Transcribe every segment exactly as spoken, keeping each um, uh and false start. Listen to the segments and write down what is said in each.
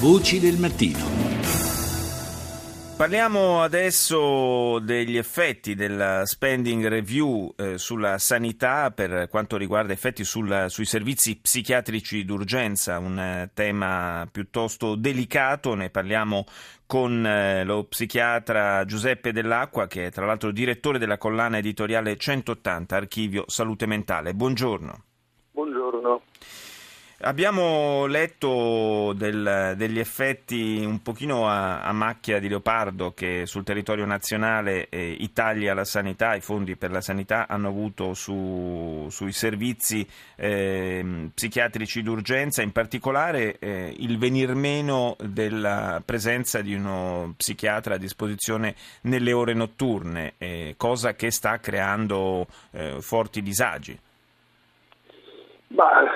Voci del mattino. Parliamo adesso degli effetti della spending review eh, sulla sanità per quanto riguarda effetti sul, sui servizi psichiatrici d'urgenza, un eh, tema piuttosto delicato. Ne parliamo con eh, lo psichiatra Giuseppe Dell'Acqua, che è tra l'altro direttore della collana editoriale centottanta Archivio Salute Mentale. Buongiorno. Buongiorno. Abbiamo letto del, degli effetti un pochino a, a macchia di leopardo che sul territorio nazionale eh, i tagli alla sanità, i fondi per la sanità hanno avuto su, sui servizi eh, psichiatrici d'urgenza, in particolare eh, il venir meno della presenza di uno psichiatra a disposizione nelle ore notturne, eh, cosa che sta creando eh, forti disagi. Ma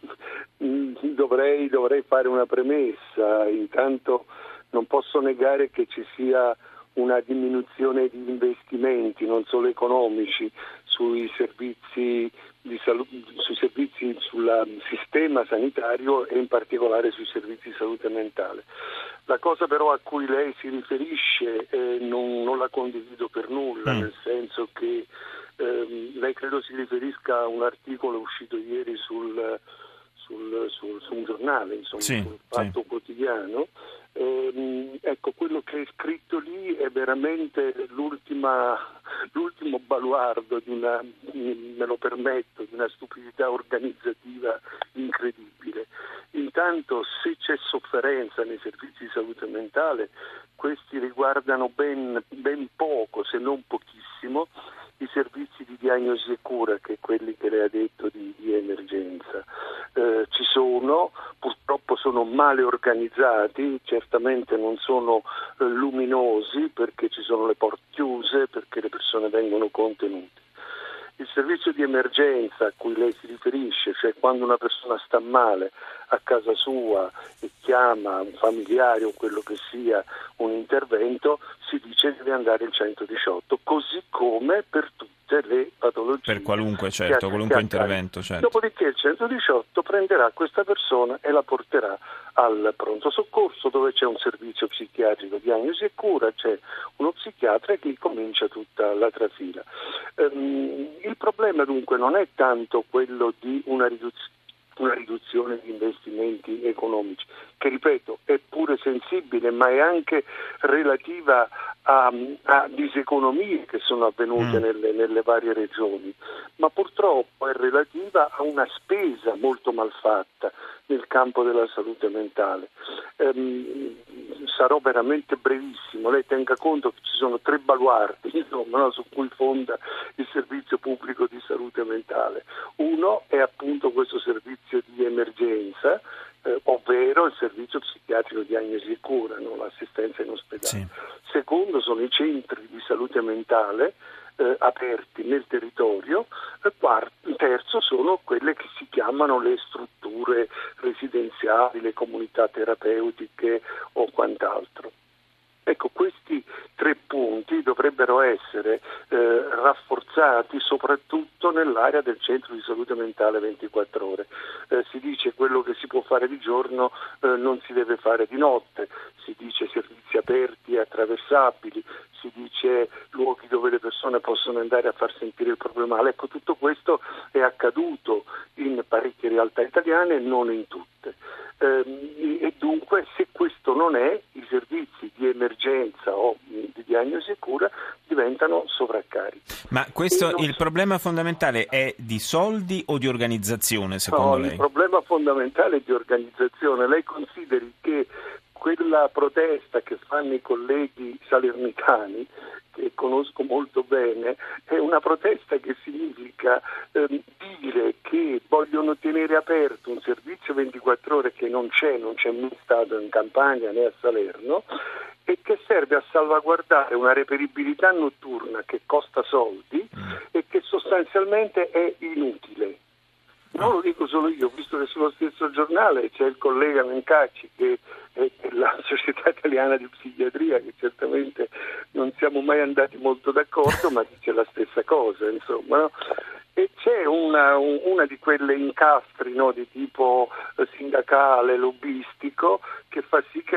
dovrei, dovrei fare una premessa. Intanto non posso negare che ci sia una diminuzione di investimenti, non solo economici, sui servizi di salute, sui servizi sul sistema sanitario e in particolare sui servizi di salute mentale. La cosa però a cui lei si riferisce eh, non, non la condivido per nulla, mm. nel senso che eh, lei credo si riferisca a un articolo uscito ieri sul Sul, sul, su un giornale, insomma, sì, sul Fatto sì. Quotidiano. Ehm, ecco, quello che è scritto lì è veramente l'ultima, l'ultimo baluardo di una, me lo permetto, di una stupidità organizzativa incredibile. Intanto, se c'è sofferenza nei servizi di salute mentale, questi riguardano ben, ben poco, se non pochissimo, i servizi di diagnosi e cura, che è quelli che lei ha detto di, di emergenza. Eh, ci sono, purtroppo sono male organizzati, certamente non sono eh, luminosi perché ci sono le porte chiuse, perché le persone vengono contenute. Il servizio di emergenza a cui lei si riferisce, cioè quando una persona sta male a casa sua e chiama un familiare o quello che sia un intervento, si dice che deve andare il centodiciotto, così come per tutte le patologie. Per qualunque, certo, che, qualunque che intervento, certo. Dopodiché il centodiciotto prenderà questa persona e la porterà al pronto soccorso, dove c'è un servizio psichiatrico, diagnosi e cura, c'è uno psichiatra che comincia tutta la trafila. Um, il problema dunque non è tanto quello di una riduzione una riduzione di investimenti economici, che ripeto è pure sensibile, ma è anche relativa a, a diseconomie che sono avvenute mm. nelle, nelle varie regioni, ma purtroppo è relativa a una spesa molto malfatta nel campo della salute mentale. Ehm, sarò veramente brevissimo, lei tenga conto che ci sono tre baluardi, insomma, no, su cui fonda il servizio pubblico di salute mentale. Uno è appunto questo servizio di emergenza, eh, ovvero il servizio psichiatrico diagnosi e cura, no? L'assistenza in ospedale. Sì. Secondo sono i centri di salute mentale eh, aperti nel territorio. E quarto, terzo sono quelle che si chiamano le strutture residenziali, le comunità terapeutiche o quant'altro. Ecco, questi tre punti dovrebbero essere eh, rafforzati soprattutto nell'area del centro di salute mentale ventiquattro ore. Eh, si dice quello che si può fare di giorno eh, non si deve fare di notte, si dice servizi aperti e attraversabili, si dice luoghi dove le persone possono andare a far sentire il proprio male. Ecco, tutto questo è accaduto in parecchie realtà italiane e non in tutte. Ehm, e dunque, se questo non è, i servizi di emergenza o di diagnosi e cura diventano sovraccarichi. Ma questo, non... il problema fondamentale è di soldi o di organizzazione, secondo no, lei? Il problema fondamentale è di organizzazione. Lei consideri che quella protesta che fanno i colleghi salernitani, che conosco molto bene, è una protesta che significa ehm, dire che vogliono tenere aperto un servizio ventiquattro ore che non c'è, non c'è mai stato in Campania né a Salerno, e che serve a salvaguardare una reperibilità notturna che costa soldi mm. e che sostanzialmente è inutile. Non lo dico solo io, visto che sullo stesso giornale c'è il collega Mencacci, che è della Società Italiana di Psichiatria, che certamente non siamo mai andati molto d'accordo, ma dice la stessa cosa, insomma, no? E c'è una, una di quelle incastri, no, di tipo sindacale, lobbistico, che fa sì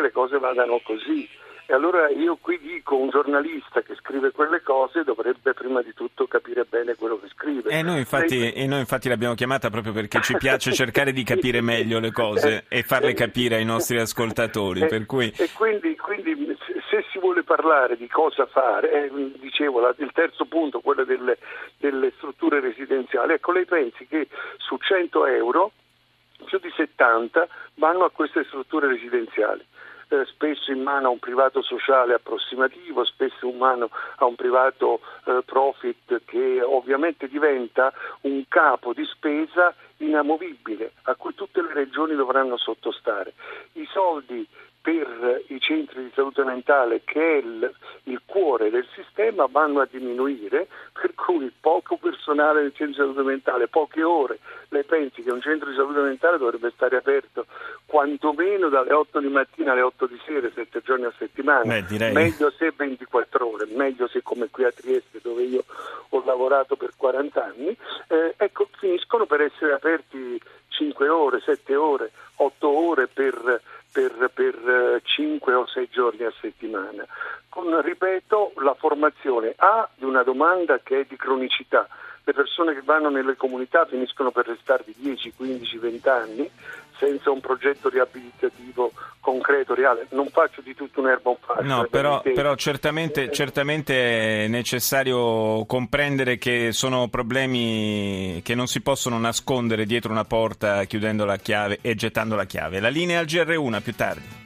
le cose vadano così. E allora io qui dico, un giornalista che scrive quelle cose dovrebbe prima di tutto capire bene quello che scrive. E noi infatti, Lei... e noi infatti l'abbiamo chiamata proprio perché ci piace cercare di capire meglio le cose e farle capire ai nostri ascoltatori. E, per cui... e quindi, quindi se si vuole parlare di cosa fare, eh, dicevo la, il terzo punto, quello delle, delle strutture residenziali, ecco, lei pensi che su cento euro più di settanta vanno a queste strutture residenziali. Eh, spesso in mano a un privato sociale approssimativo, spesso in mano a un privato eh, profit che ovviamente diventa un capo di spesa inamovibile a cui tutte le regioni dovranno sottostare. I soldi per i centri di salute mentale, che è il, il cuore del sistema, vanno a diminuire, per cui poco personale nel centro di salute mentale, poche ore. Lei pensi che un centro di salute mentale dovrebbe stare aperto quantomeno dalle otto di mattina alle otto di sera, sette giorni a settimana. Beh, direi... meglio se ventiquattro ore, meglio se come qui a Trieste, dove io ho lavorato per quaranta anni, eh, ecco, finiscono per essere aperti cinque ore, sette ore, otto ore per per, per cinque o sei giorni a settimana, con, ripeto, la formazione A di una domanda che è di cronicità. Le persone che vanno nelle comunità finiscono per restarvi dieci, quindici, venti anni senza un progetto riabilitativo concreto, reale. Non faccio di tutto un'erba un fascio. No, però, però certamente, certamente è necessario comprendere che sono problemi che non si possono nascondere dietro una porta chiudendo la chiave e gettando la chiave. La linea al G R uno, più tardi.